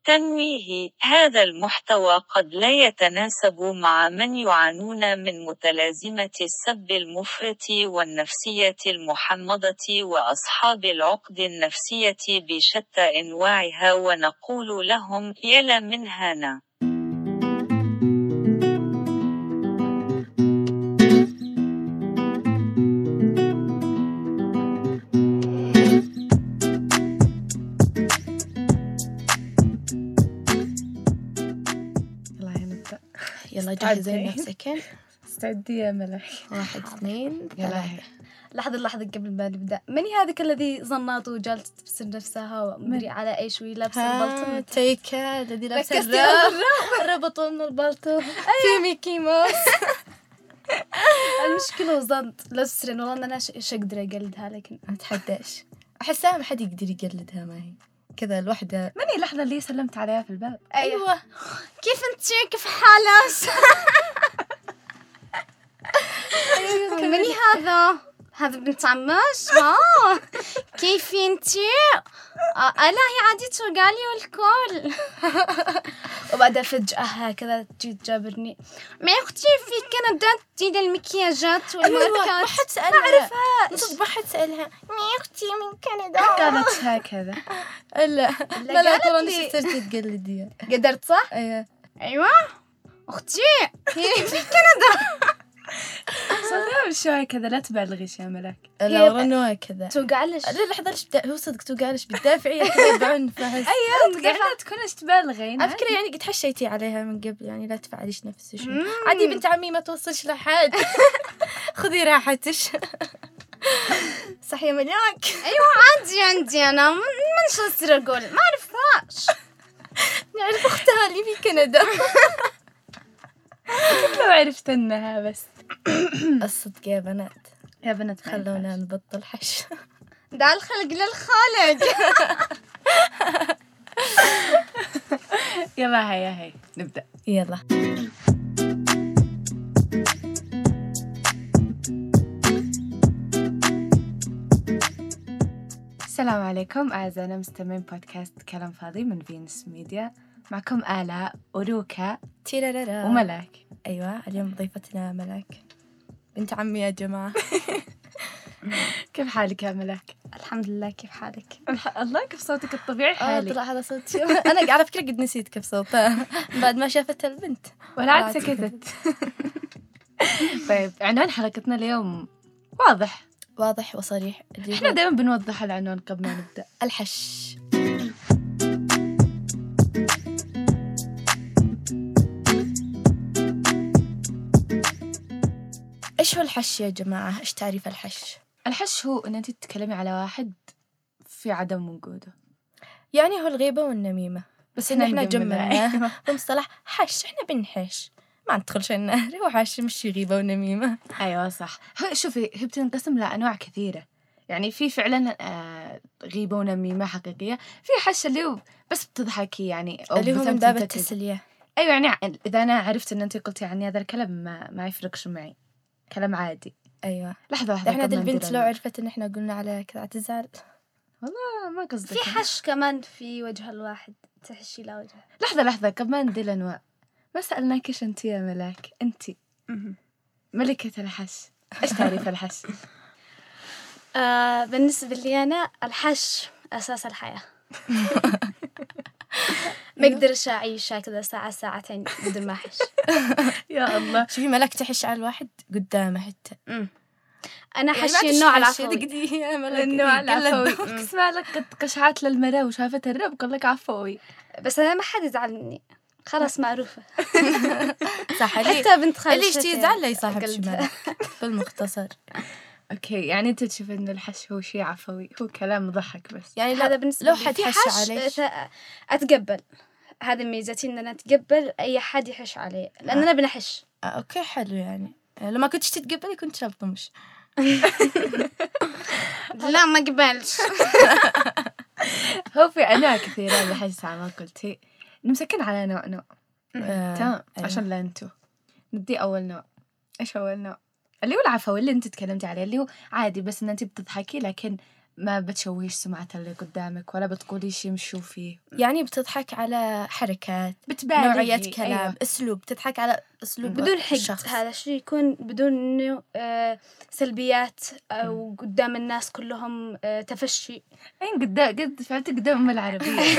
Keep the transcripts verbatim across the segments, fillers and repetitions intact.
تنويه: هذا المحتوى قد لا يتناسب مع من يعانون من متلازمة السب المفرط والنفسية المحمضة وأصحاب العقد النفسية بشتى أنواعها، ونقول لهم يلا من هنا. يلا جهزين نفسكن. استعدي يا ملك. واحد اثنين ثلاثة. لحظة لحظة قبل ما نبدأ، مني هذيك الذي ظنات وجالسة تبسم نفسها ومدري على اي شوي لابسة البلطو تيكا الذي لابسة الراب ربطوا من البلطو في ميكي موس. المشكلة وظنت لا تسرين والله أنا إيش أقدر أقلدها، لكن أتحداش أحسها ما حد يقدر يقلدها. ما هي كذا الوحدة. مني اللحظة اللي سلمت عليها في الباب. أيوة, أيوة. كيف أنتي كيف حالك؟ مني هذا هذا بنت عماش. ها كيف أنتي؟ آه لا هي عادته قالي والكل. وبعدها فجأة هكذا تجي تجابرني: ما أختي في كندا تجيد المكياجات والماركات. ما حد سألها. ما أعرفها. ما حد سألها ما أختي من كندا. قالت هكذا. لا لا لا طول عمري صرت تقلديها. قدرت صح؟ أيوة أيوة أختي هي في كندا. صدق شوي كذا لا تبالغيش يا ملك. لا ورنوها كذا توقعلش. لا لحظة ليش بدا... هو صدق توقعلش بالدافعية كذا يبعون فهس. أيوة قاعدة تكونش تبالغين. أفكر يعني قد حشيتي عليها من قبل، يعني لا تفعليش نفس الشيء. عادي بنت عمي ما توصلش لحد. خذي راحتش. صح يا ملاك. أيوة عادي عندي أنا منش أصير أقول ما أعرفهاش. نعرف أختها اللي في كندا. لو عرفت أنها بس. الصدق يا بنات يا بنات خلونا نبطل حش. دع الخلق للخالق. يلا هيا هي نبدأ. يلا السلام عليكم أعزائنا مستمعين بودكاست كلام فاضي من فينس ميديا. معكم آلاء وروكا تيرارارا وملاك. أيوة اليوم ضيفتنا ملاك بنت عمي يا جماعة. كيف حالك يا ملاك؟ الحمد لله. كيف حالك؟ الله كيف صوتك الطبيعي حالي. آه طلع هذا صوت. أنا قاعدة أفكر قد نسيت كيف صوتها بعد ما شافتها البنت ولا عاد سكتت. طيب عنوان حلقتنا اليوم واضح واضح وصريح. إحنا دائما بنوضح العنوان قبل ما نبدأ. الحش. إيش هو الحش يا جماعة؟ إيش تعريف الحش؟ الحش هو إن أنت تتكلمي على واحد في عدم وجوده، يعني هو الغيبة والنميمة، بس إن إحنا جملناه بمصطلح حش. إحنا بنحش ما ندخل شيء النهر. هو حش مش غيبة ونميمة. أيوة صح. شوفي هي بتنقسم لأنواع كثيرة، يعني في فعلا آه غيبة ونميمة حقيقية، في حش اللي هو بس بتضحكي يعني اللي هو من باب التسلية. أيوة يعني إذا أنا عرفت إن أنت قلتي عني هذا الكلام ما ما يفرقش معي، كلام عادي. أيوة لحظة لحظة إحنا دي البنت لو عرفت إن إحنا قلنا عليها كذا تزعل. والله ما قصدك. في حش كمان في وجه الواحد تحشي لا وجه. لحظة لحظة قبل ما ندي الأنواع ما سألناكش أنت يا ملاك، أنت ملكة الحش إيش تعريف الحش؟ آه بالنسبة لي أنا الحش أساس الحياة. ما أقدرش أعيش هكذا ساعة ساعتين بدون ما أحش. يا الله. شوفي ملاك تحش على الواحد قدامه حتى. أنا حشي النوع العفوي. النوع العفوي. اسمع لك قد قشعت للمرأة وشافت الرب قال لك عفوي. بس أنا ما حد يزعل مني خلاص معروفة. صح. حتى بنت خالتي اللي يشتي يزعل لا يصاحب شمال بالمختصر. أوكي يعني أنت تشوف إن الحش هو شيء عفوي، هو كلام ضحك بس. يعني هذا بالنسبة لو حد حش عليك أتقبل. هذا ميزتي إن أنا أتقبل أي حد يحش علي لأن أنا بنحش. آه أوكي حلو. يعني لو ما كنتش تتقبلي كنت شابطة مش. لا ما قبلش. هو في أنواع كثيرة اللي حس على ما قلتي. نمسكن على نوع نوع. آه تمام. أيوة. عشان لا أنتو ندي أول نوع. إيش أول نوع؟ اللي هو العفوي اللي أنت تكلمتي عليه، اللي هو عادي بس إن أنت بتضحكي لكن ما بتشوهيش سمعة اللي قدامك ولا بتقولي شيء مشو فيه. يعني بتضحك على حركات، بتبالغي. نوعية كلام، أيوة. أسلوب، تضحك على أسلوب بدون حقد. الشخص. هذا الشيء يكون بدون إنه آه سلبيات أو قدام الناس كلهم آه تفشي. أين قد قد فعلت قدام أم العربية.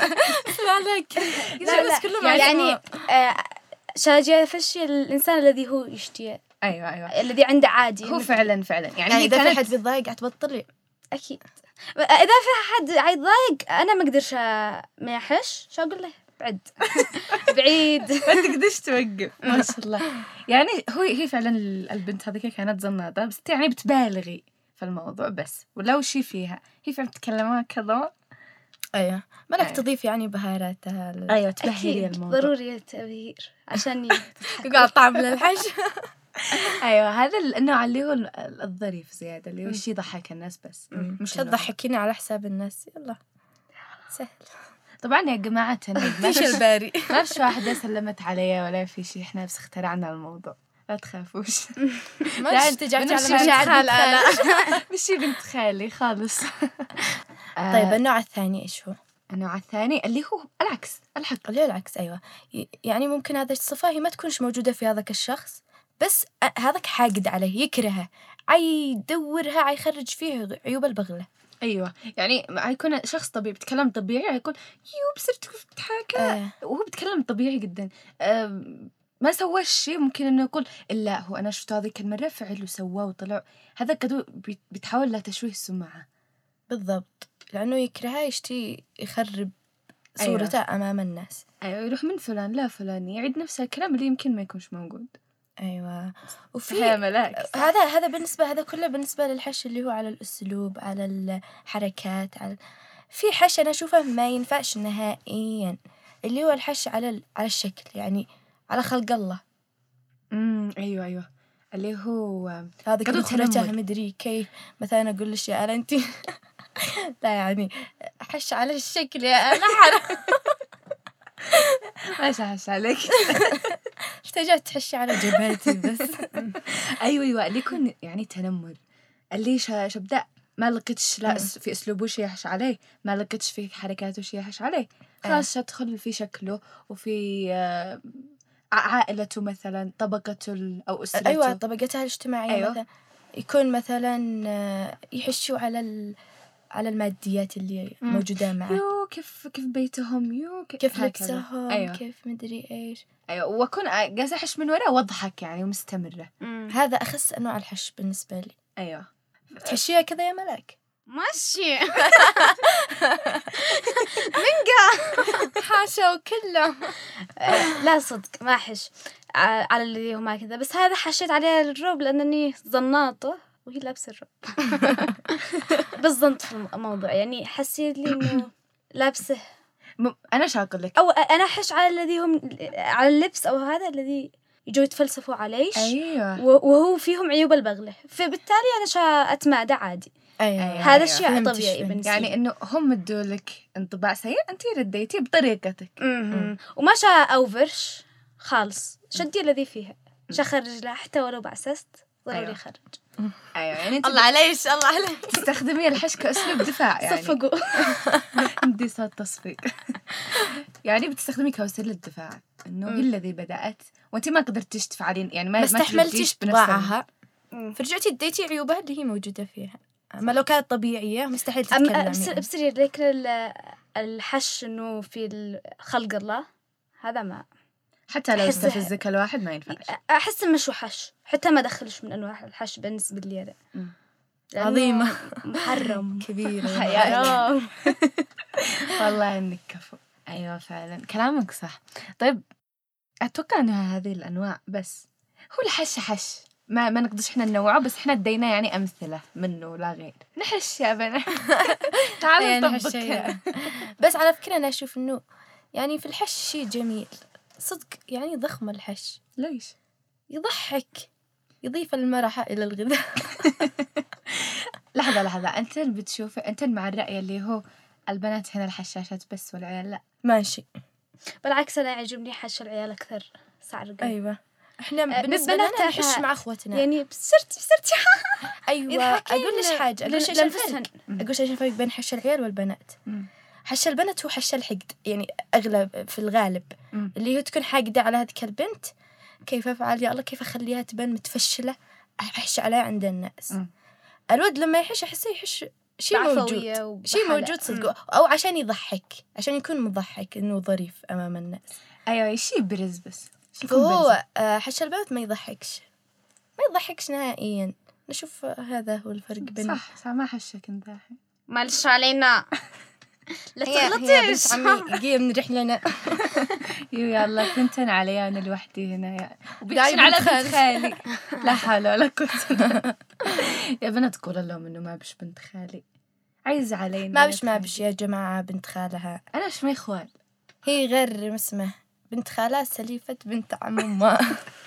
لا لا لا لا كلهم يعني, يعني يعني آه شاجع تفشي الإنسان الذي هو يشتي. أيوة أيوة. الذي عنده عادي. هو فعلا فعلا يعني, يعني إذا في حد بيتضايق هتبطلي. أكيد. إذا في حد عيضايق أنا ما أقدرش ما يحش شو أقول له بعد بعيد ما تقدرش توقف. ما شاء الله. يعني هو هي فعلا البنت هذيك كانت زناطة بس يعني بتبالغي في الموضوع بس ولا وشي فيها هي فعلا تتكلم كذا. أيوة ما لك أيوة. تضيف يعني بهاراتها. أيوة تبهري الموضوع. ضروري التبهير عشان يقال طعم للحش. أيوة هذا النوع اللي هو الظريف زيادة اللي هو شيء يضحك الناس بس مش تضحكيني على حساب الناس. يلا سهل. طبعا يا جماعة ما فيش الباري. ما فيش واحدة سلمت علي ولا في شيء. إحنا بس اخترعنا الموضوع لا تخافوش. ما تجعتي على بنمشي مشاعر بنت بنت خالي. مشي بنت خالي خالص. طيب النوع الثاني إيش هو؟ النوع الثاني اللي هو العكس الحق. اللي هو العكس. أيوة يعني ممكن هذا الصفة هي ما تكونش موجودة في هذاك الشخص بس هذاك حاقد عليه يكرهه عيدورها عيخرج فيه عيوب البغلة. أيوة يعني هيكون شخص طبيعي بيتكلم طبيعي هيكون يو بصرت تحاكى آه. وهو بيتكلم طبيعي جدا آه ما سوى شيء ممكن إنه يقول إلا هو أنا شفت هذيك المرة فعل وسواه وطلع. هذا كده بيتحول لتشويه السمعة. بالضبط لأنه يكرهها يشتي يخرب صورته أيوة. أمام الناس. أيوة يروح من فلان لا فلان يعيد نفس الكلام اللي يمكن ما يكونش موجود. أيوة وفي هذا هذا بالنسبة هذا كله بالنسبة للحش اللي هو على الأسلوب على الحركات على في حش أنا أشوفه ما ينفعش نهائيا اللي هو الحش على ال... على الشكل يعني على خلق الله. امم أيوة أيوة اللي هو هذا كله خلته مدري كيف مثلا أقول لش يا أنا أنتي لا يعني حش على الشكل يا أنا حرام. ما شاش عليك. احتاجت تحشي على جبهتي بس. أيوة أيوة اللي يكون يعني تنمر اللي شبدأ ما لقيتش لا في أسلوبه شيء يحش عليه ما لقيتش في حركاته شيء يحش عليه خلاص تدخل في شكله وفي عائلته مثلا طبقته أو أسرته. أيوة طبقتها الاجتماعية. أيوة. مثلا يكون مثلا يحشوا على ال على الماديات اللي مم. موجودة معه. يو كيف كيف بيتهم يو كيف, كيف لبسهم أيوة. كيف مدري إيش. أيوة وأكون قاعدة أحش من وراء وأضحك يعني ومستمرة. مم. هذا أخس أنواع الحش بالنسبة لي. أيوة تحشيها كذا يا ملاك ماشي. منقى حاشا وكله. لا صدق ما أحش على اللي هو ما كذا بس هذا حشيت عليه الروب لأنني ظناطة وهي لابسة الروب. بس ظنت في الموضوع يعني حسيت لي إنه لابسه م... أنا شاقل لك أو أنا أحش على الذي هم على اللبس أو هذا الذي يجوا يتفلسفوا عليش. أيوة. وهو فيهم عيوب البغلة فبالتالي أنا شا أتمادى عادي. أيوة. هذا أيوة. الشيء طبيعي بالنسبة يعني إنه هم ادوا لك انطباع سيء أنت رديتي بطريقتك. م- وما شا أوفرش خالص شدي الذي فيها شخرج له حتى ولو بعسست ضروري أيوة. خرج. أيوة يعني الله عليش الله عليك تستخدمي الحش كأسلوب دفاع يعني. صفقوا. عندي صوت تصفيق. يعني بتستخدمي كوسيلة الدفاع إنه هي الذي بدأت وأنت ما قدرتيش تفعلين يعني ما ما استحملتيش طباعها فرجعتي اديتي عيوبها اللي هي موجودة فيها. أما لو كانت طبيعية مستحيل تتكلمي. بصير لكن الحش إنه في خلق الله هذا ما حتى لو استفزك الواحد ما ينفعش. أحس مش حش حتى ما دخلش من أنواع الحش بالنسبة لي هذا عظيمة محرم كبيرة حرام. والله إنك كفو. أيوة فعلا كلامك صح. طيب أتوقع أنها هذه الأنواع بس هو الحش حش ما ما نقدرش إحنا ننوعه بس إحنا ادينا يعني أمثلة منه لا غير. نحش يا بنا تعالوا نطبق. بس على فكرة أنا أشوف إنه يعني في الحش شيء جميل صدق يعني ضخم الحش. ليش؟ يضحك يضيف المرح إلى الغذاء. لحظة لحظة أنت بتشوف أنت مع الرأي اللي هو البنات هنا الحشاشات بس والعيال لا. ماشي بالعكس أنا يعجبني حش العيال أكثر سعر قل. أيوة احنا آه، بالنسبة البنات لنا نحش تعرفها. مع اخوتنا. يعني بصرتي بصرتي ايوه يضحكين اقول لك حاجة اقول لك ايش لنفسهن. الفرق اقول لك ايش الفرق بين حش العيال والبنات. مم. حش البنت هو حش الحقد، يعني اغلب في الغالب مم. اللي هو تكون حاقدة على هذيك البنت، كيف افعل يا الله، كيف اخليها تبان متفشلة، احش عليها عند الناس. مم. الود لما يحش احسه يحش شيء بعفوية موجود شيء وبحلق. موجود صدق، او عشان يضحك، عشان يكون مضحك انه ظريف امام الناس. ايوه شيء برز بس يكون فهو برز. آه، حش البنات ما يضحكش ما يضحكش نهائيا. نشوف هذا هو الفرق بين صح صح ما حشك انت الحين. معلش علينا لا هي هي تغلطيش. بنت عمي قيم نروح لنا يو يلا كنتن علي انا لوحدي هنا يا دايم وبيحشن على بنت بنت خالي. لا حول ولا قوة إلا يا بنات تقول لهم انه ما بش بنت خالي عايز علينا. ما بش ما بش يا جماعة، بنت خالها انا ايش ما اخوان. هي غير اسمه بنت خالها سليفة بنت عم أمها.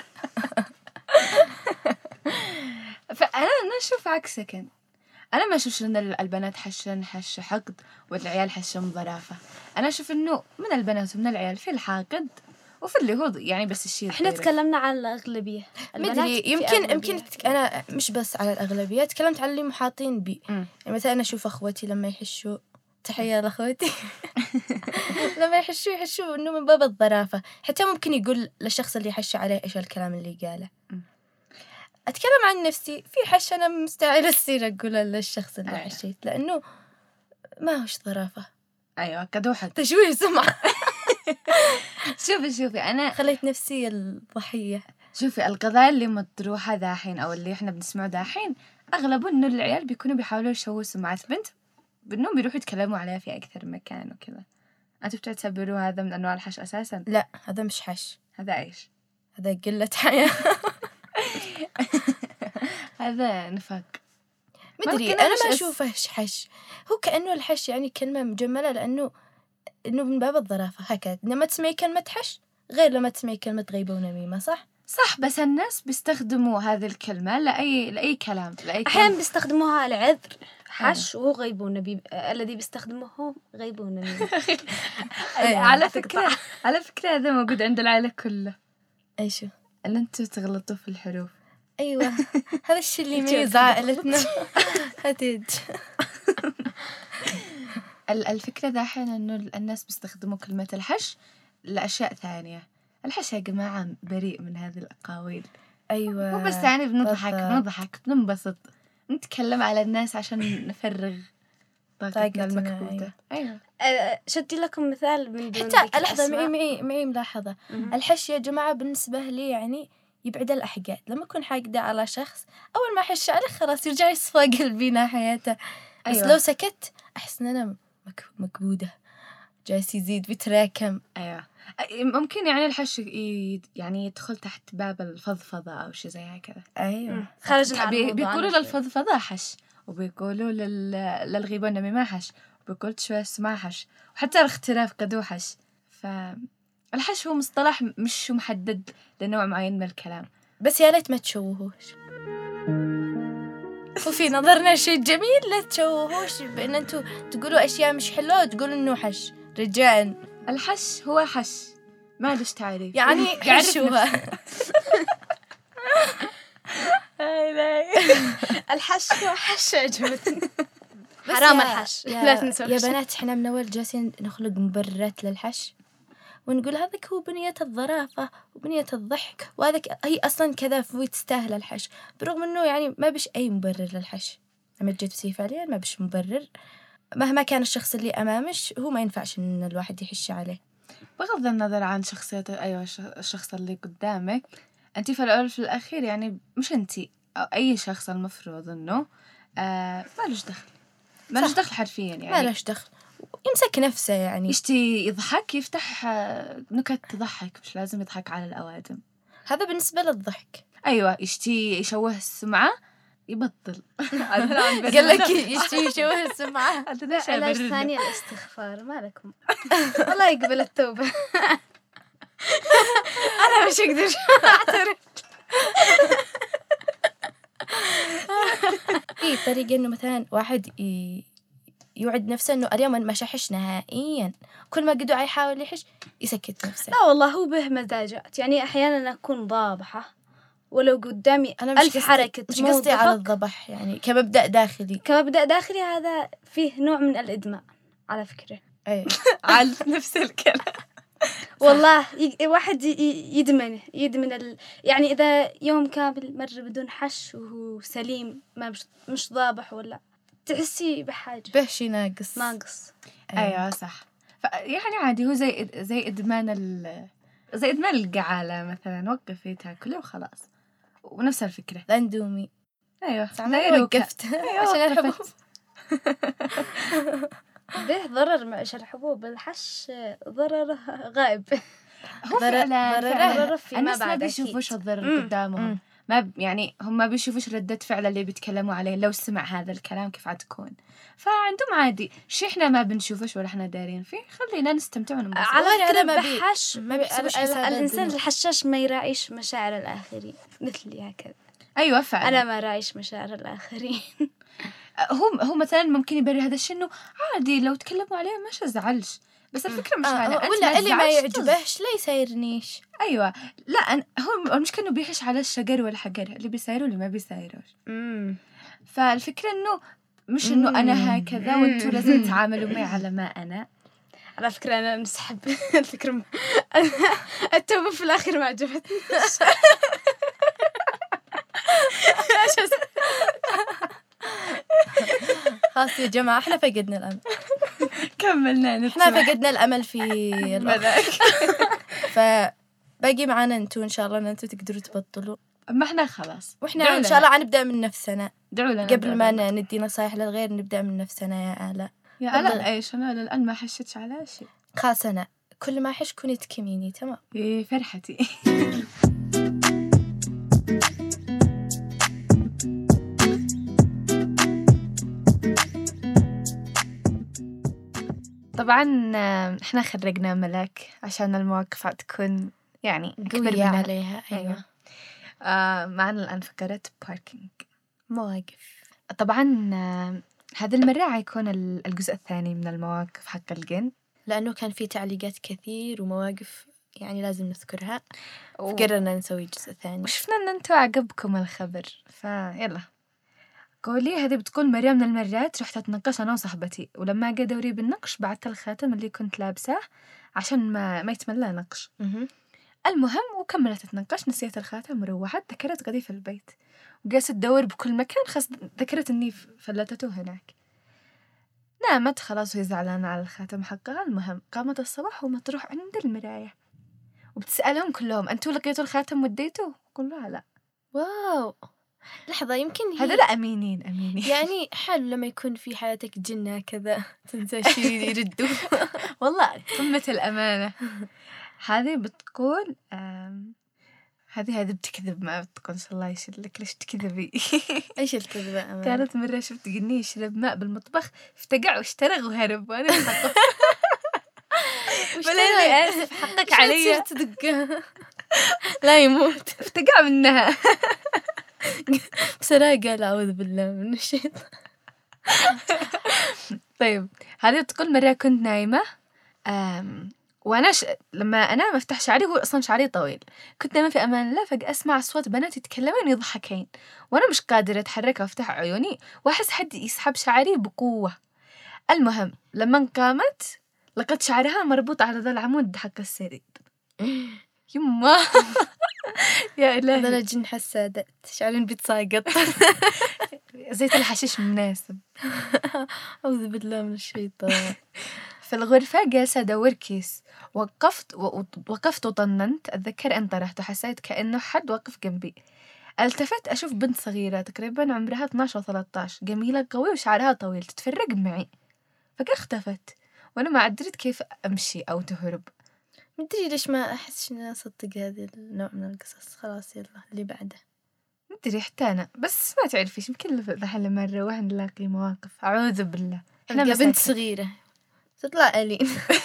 فانا انا اشوف عكسك. انا ما اشوفش ان البنات حشن حش حقد والعيال حشن ظرافه. انا اشوف انه من البنات ومن العيال في الحاقد وفي اللي هو يعني بس الشيء احنا تكلمنا عن الأغلبية. البنات مدري في يمكن أغلبية. يمكن تك- أنا مش بس على الأغلبية، تكلمت على اللي محاطين بي. مم. يعني مثلا أنا أشوف أخوتي لما يحشوا، تحية لأخوتي، لما يحشوا يحشوا إنه من باب الظرافة، حتى ممكن يقول للشخص اللي يحش عليه إيش الكلام اللي قاله. مم. أتكلم عن نفسي في حش أنا مستعيلة السيرة أقوله للشخص اللي أيوة. حشيت، لأنه ما هوش ظرافة، ايوه كدوحة. تشويه سمعة. شوفي شوفي انا خليت نفسي الضحية. شوفي القضايا اللي مطروحة داحين او اللي احنا بنسمعه داحين اغلبه انه العيال بيكونوا بيحاولوا يشوهوا سمعة بنت بانهم بيروحوا يتكلموا عليها في اكثر مكان وكذا. انتوا بتعتبروا هذا من انواع الحش اساسا؟ لا هذا مش حش، هذا ايش؟ هذا قلة حياة. هذا نفاق. مدري ممكن أنا أنا ما مش أشوفه حش، هو كأنه الحش يعني كلمة مجملة، لأنه إنه من باب الظرافة هكذا. لما تسمعي كلمة حش غير لما تسمعي كلمة غيبة ونميمة، صح؟ صح بس الناس بيستخدموا هذه الكلمة لأي لأي كلام لأي أحيانا كلام. بيستخدموها العذر حش وهو غيب ونبي. الذي بيستخدمه هو غيب ونبي. على فكرة على فكرة هذا موجود عند العائلة كله، أي شو؟ أن أنتوا تغلطوا في الحروف. أيوة هذا الشيء اللي يميز عائلتنا. هتيج الفكرة دحين إنه الناس بيستخدموا كلمة الحش لأشياء ثانية. الحش يا جماعة بريء من هذه الأقاويل. أيوة مو بس يعني بنضحك بالضبط. بنضحك بننبسط نتكلم على الناس عشان نفرغ طاقتنا طاقتنا، المكبوتة. أيوة أه، شدي لكم مثال من دون حتى ذكر لحظة، معي أسماء. معي معي ملاحظة. الحش يا جماعة بالنسبة لي يعني يبعد الأحقاد. لما أكون حاقدة على شخص أول ما أحش عليه خلاص يرجع يصفى قلبي ناحيته. بس أيوة. لو سكت أحس إن أنا مك- مكبودة، جالس يزيد بيتراكم. أيوة ممكن يعني الحش ي- يعني يدخل تحت باب الفضفضة أو شيء زي هكذا. أيوة خرجنا عن بي- موضوعنا بيقولوا شوي. للفضفضة حش وبيقولوا لل... للغيبة النميمة حش وبيقولوا شوية السماع حش وحتى الاختلاف قدو حش. فالحش هو مصطلح مش محدد لنوع معين من الكلام. بس يا ليت ما تشوهوش، وفي نظرنا شيء جميل، لا تشوهوش بأن أنتوا تقولوا أشياء مش حلوة وتقولوا إنه حش. رجاءً الحش هو حش ما ليش تعريف يعني يعرف حشوها. الحش هو حش عجبتني. بس حرام يا- الحش. يا, لا تنسوا يا الحش. بنات احنا من أول جالسين نخلق مبررات للحش ونقول هذاك هو بنية الظرافة وبنية الضحك، وهذاك هي أصلا كذا فوي تستاهل الحش، برغم إنه يعني ما بش أي مبرر للحش. لما جيت بسي فعليا ما بش مبرر، مهما كان الشخص اللي أمامش هو ما ينفعش إن الواحد يحش عليه. بغض النظر عن شخصية أيوة الشخص اللي قدامك، أنتي في الأول في الأخير يعني مش أنتي أو أي شخص المفروض إنه آه ما لش دخل ما لش دخل حرفيا يعني ما لش دخل، يمسك نفسه يعني. يشتي يضحك يفتح آه نكت تضحك، مش لازم يضحك على الأوادم. هذا بالنسبة للضحك. أيوة يشتي يشوه السمعة يبطل. قال لك يشتي يشوه السمعة. علاج ثاني الاستغفار. ما لكم الله يقبل التوبة. أنا مش أقدر أعترف. في طريقة إنه مثلا واحد ي... يوعد نفسه إنه اليوم ما شحش نهائيا، كل ما قدوا يحاول يحش يسكت نفسه. لا والله هو به مزاجات، يعني أحيانا أكون ضابحة ولو قدامي أنا مش ألف قصدي حركة مش قصدي على موظفة. الضبح، يعني كمبدأ داخلي. كمبدأ داخلي هذا فيه نوع من الإدمان على فكرة. أي عاد نفس الكلام. والله ي- واحد ي- ي- يدمنه يدمن ال... يعني إذا يوم كامل مر بدون حش وهو سليم ما مش, مش ضابح ولا تحسي بحاجة به شي ناقص. ناقص. أيوة صح. ف يعني عادي هو زي زي إدمان ال زي إدمان القعالة مثلا، وقفي تاكلي وخلاص، ونفس الفكرة. الأندومي أيوة أنا وقفت عشان الحبوب. به ضرر معش الحبوب، الحش ضرره غائب. هو ضرر- فعلا ضرره فعلا ضرر فيما الناس ما بعد بيشوفوش أكيد. الضرر مم. قدامهم، مم. ما ب... يعني هم ما بيشوفوش ردة فعل اللي بيتكلموا عليه لو سمع هذا الكلام كيف عتكون، فعندهم عادي شي احنا ما بنشوفوش ولا احنا دارين فيه، خلينا نستمتع وننبسط. على والله فكرة أنا ما بي- بحش ما بيحسبوش ال- ال- حسابات الإنسان الذنوب. الحشاش ما يراعيش مشاعر الآخرين مثلي هكذا. ايوه فعلا. أنا ما راعيش مشاعر الآخرين. هو هو مثلا ممكن يبرر هذا الشيء انه عادي لو تكلموا عليه مش ازعلش، بس الفكره مش آه هذا. أنت ولا اللي ما تزعلش طز. يعجبهش لا يسايرنيش. ايوه لا أن... هو المشكله انه بيحش على الشجر والحجر، اللي بيسايروا اللي ما بيسايروش. امم فالفكره انه مش انه انا هكذا وانتوا لازم تتعاملوا معي على ما انا. على فكرة أنا نسحب الفكرة م- التوبة في الآخر ما عجبتني. خلاص يا جماعة احنا فقدنا الأمل. كملنا احنا فقدنا الأمل في الأخ. فباقي معانا انتوا إن شاء الله إن انتوا تقدروا تبطلوا، ما احنا خلاص واحنا دعوا إن لنا. شاء الله حنبدأ من نفسنا دعوا لنا قبل دعوا ما لنا. ن- ندي نصايح للغير. نبدأ من نفسنا يا آلاء. يا لا ايش انا للان ما حشتش على شيء. خلاص أنا كل ما أحش كوني تكميني تمام. إيه فرحتي. طبعا آه، احنا خرجنا ملك عشان المواقف تكون يعني أكبر قوية منها. عليها. أيوة, أيوة. آه معنا الآن فكرة باركينج. مواقف. طبعا آه هذه المرة حيكون ال- الجزء الثاني من المواقف حق الجن، لأنه كان في تعليقات كثير ومواقف يعني لازم نذكرها، و- فقررنا نسوي جزء ثاني. وشفنا ان انتوا عجبكم الخبر فيلا. قولي هذه بتقول مريم من المرات رحت اتناقش انا وصاحبتي، ولما جا دوري بالنقش بعت الخاتم اللي كنت لابساه عشان ما ما يتملى نقش. مهم. المهم وكملت تتناقش، نسيت الخاتم وروحت، ذكرت غدي في البيت وقاست تدور بكل مكان، خاص ذكرت اني فلتته هناك. نامت خلاص وهي زعلانة على الخاتم حقها. المهم قامت الصباح وما تروح عند المراية وبتسألهم كلهم انتوا لقيتوا الخاتم وديتوه؟ قولوا لا. واو لحظة يمكن هي هذا لا أمينين أمينين. يعني حلو لما يكون في حياتك جنة كذا تنسى شيء يردوا. والله قمة الأمانة. هذه بتقول آم، هذه هذه بتكذب، ما بتقول الله يشلك ليش تكذبي. ايش الكذبة أمان؟ كانت مرة شفت جني يشرب ماء بالمطبخ افتقع واشترغ وهرب وانا بحقه. بلالي آسف حقك علي. تدق لا يموت افتقع منها. بصراحة قال أعوذ بالله من الشيطان. طيب هذه بتقول مرة كنت نايمة أم وانا ش... لما انام افتح شعري، هو اصلا شعري طويل، كنت نايمة في امان الله، فجأة اسمع اصوات بنات يتكلمين ويضحكين وانا مش قادرة اتحرك وافتح عيوني واحس حد يسحب شعري بقوة. المهم لما قامت لقيت شعرها مربوط على ذا العمود حق السرير. يما يا هذا إلهي الجن حسادات شعرين بيتساقط. زيت الحشيش مناسب. أعوذ بالله من الشيطان. في الغرفة جالسة أدور كيس، وقفت و... وقفت وطننت أتذكر أن طرحت وحسيت كأنه حد وقف جنبي. التفت أشوف بنت صغيرة تقريبا عمرها اثناشر أو ثلاثة عشر، جميلة قوي وشعرها طويل، تتفرق معي. فجأة اختفت وأنا ما أدريت كيف أمشي أو تهرب. مدري ليش ما أحس إني أصدق هذه النوع من القصص. خلاص يلا اللي بعده. مدري حتى أنا، بس ما تعرفيش يمكن الحين لما نروح نلاقي مواقف. أعوذ بالله. إحنا بنت مساكين. صغيرة تطلع ألين.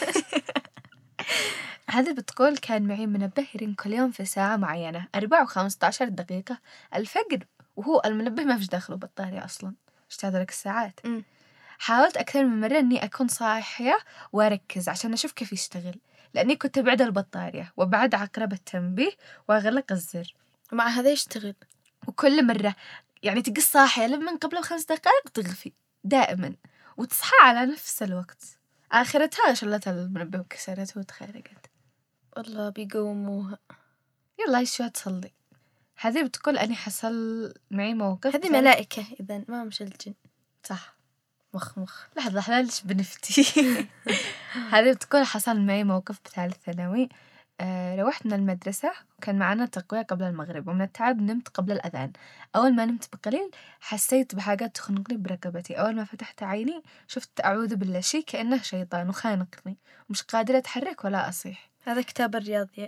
هذه بتقول كان معي منبه يرن كل يوم في ساعة معينة أربعة وخمسة عشر دقيقة الفجر، وهو المنبه ما فيش داخله بطارية أصلا، ايش تعرف الساعات. م. حاولت أكثر من مرة إني أكون صاحية وأركز عشان أشوف كيف يشتغل، لأني كنت أبعد البطارية وبعد عقرب التنبيه وأغلق الزر، ومع هذا يشتغل. وكل مرة يعني تقص صاحية لما قبل خمس دقائق تغفي دائما وتصحى على نفس الوقت. آخرتها شلت المنبه وكسرته وتخارقت. والله بيقوموها. يلا شو تصلي. هذه بتقول أني حصل معي موقف. هذه ملائكة إذا ما مش الجن. صح. مخ مخ. لحظة لحظة ليش بنفتي. هذه بتقول حصل معي موقف بثالث ثانوي. آه روحت من المدرسة وكان معنا تقوية قبل المغرب ومن التعب نمت قبل الأذان. أول ما نمت بقليل حسيت بحاجة تخنقني برقبتي. أول ما فتحت عيني شفت أعوذ بالله شيء كأنه شيطان وخانقني ومش قادرة أتحرك ولا أصيح. هذا كتاب الرياضيات.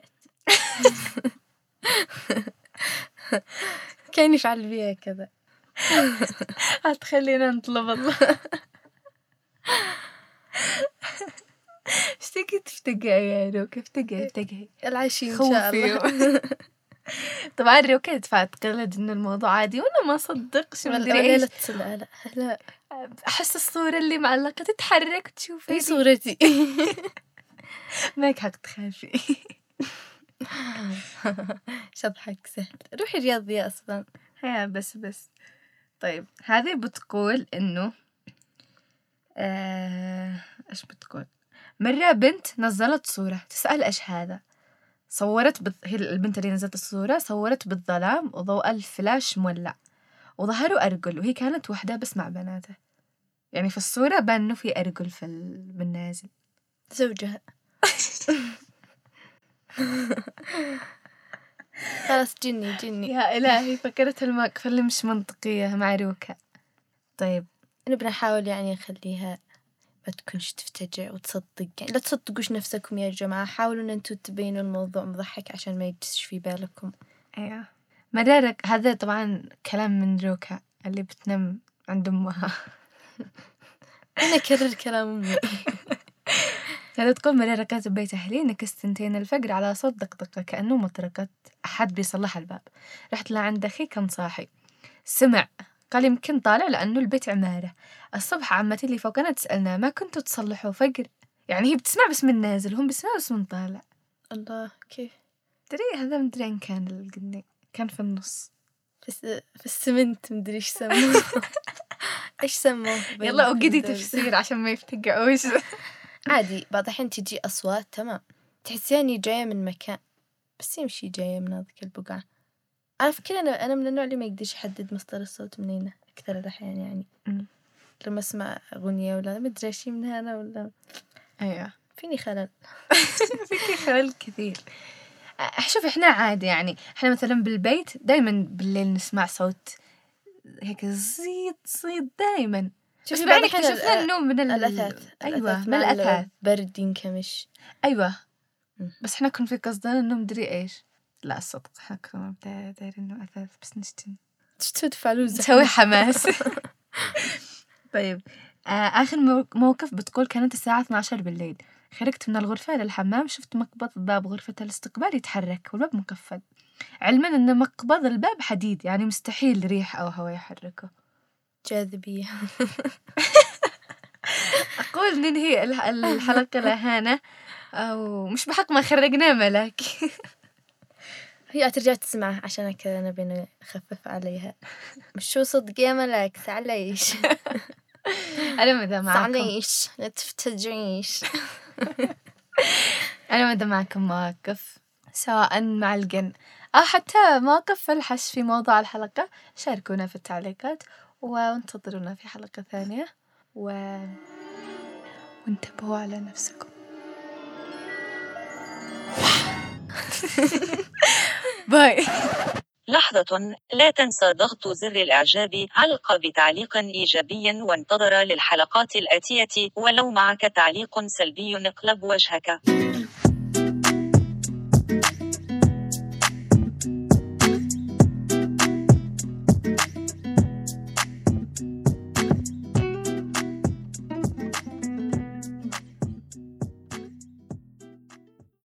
كان يفعل بيها كذا. هتخلينا نطلب الله. ايش تبي تفتقعي يا روكا؟ افتقعي افتقعي العشي إن شاء الله. طبعا روكا دفعت تقلد إنه الموضوع عادي وأنا ما صدقش ما أدري إيش. لا لا لا أحس الصورة اللي معلقة تتحرك وتشوفي. أي صورتي. ماك حق تخافي. شضحك سهل. روحي رياضية أصلا. هيا بس بس. طيب هذه بتقول إنه آه... إيش بتقول؟ مرة بنت نزلت صورة تسأل إيش هذا. صورت بض... هي البنت اللي نزلت الصورة صورت بالظلام وضوء الفلاش مولع وظهروا أرجل وهي كانت وحدة بس مع بناته. يعني في الصورة بان إنه في أرجل في بالنازل. زوجها. خلاص جني جني. يا إلهي فكرت الموقف اللي مش منطقية مع روكا. طيب نبغى نحاول يعني نخليها ما تكونش تفتجع وتصدق. يعني لا تصدقوش نفسكم يا جماعة. حاولوا أن أنتوا تبينوا الموضوع مضحك عشان ما يدش في بالكم. أيوة مرارك. هذا طبعا كلام من روكا اللي بتنام عند أمها. أنا كرر كلام أمي. هذا تقول مرة ركعت ببيت أهلي نكست تنتين الفجر على صوت دقدقة كأنه مطرقة أحد بيصلح الباب. رحت لعند أخي كان صاحي سمع قال يمكن طالع لأنه البيت عمارة. الصبح عمتي اللي فوقنا تسألنا ما كنتوا تصلحوا فجر. يعني هي بتسمع بس من نازل هم بيسمعوا بس من طالع. الله كيف ترى هذا مدري إن كان القني كان في النص في, س... في السمنت مدري إيش سموه. إيش سموه. يلا وقدي تفسير عشان ما يفتقعوش. عادي بعض الحين تجي أصوات تمام تحسيني جاية من مكان بس يمشي جاية من هذيك البقعة. على فكرة أنا أنا من النوع اللي ما يقدرش يحدد مصدر الصوت منين أكثر الأحيان. يعني م. لما أسمع أغنية ولا ما أدري شيء منها أنا ولا أيوة فيني خلل. فيني خلل كثير. شوف إحنا عادي يعني إحنا مثلا بالبيت دايما بالليل نسمع صوت هيك زيد صيد دايما. شوفي بعد بعد اكتشفنا إنه من ال... الأثاث. أيوة من الأثاث. برد ينكمش. أيوة م. بس إحنا كنا في قصدنا إنه مدري إيش. لا الصدق إحنا كنا دايرين إنه أثاث بس نشتم. تشتو تفعلوا نسوي حماس. طيب آه آخر موقف بتقول كانت الساعة اثنا عشر بالليل. خرجت من الغرفة للحمام شفت مقبض باب غرفة الاستقبال يتحرك والباب مقفل. علما أن مقبض الباب حديد يعني مستحيل ريح أو هواء يحركه. جاذبية. أقول ننهي الحلقة لهنا أو مش بحق ما خرجنا ملاك. هي ترجع تسمع عشان كذا نبي نخفف عليها. مش شو صدق يا ملاك سعليش. أنا مدى معكم سعليش لا تفتجعيش. أنا مدى معكم مواقف سواء مع الجن أو حتى مواقف الحش في موضوع الحلقة. شاركونا في التعليقات وانتظرونا في حلقة ثانية و... وانتبهوا على نفسكم. باي. لحظة، لا تنسى ضغط زر الإعجاب، علق بتعليق إيجابي وانتظر للحلقات الآتية. ولو معك تعليق سلبي اقلب وجهك.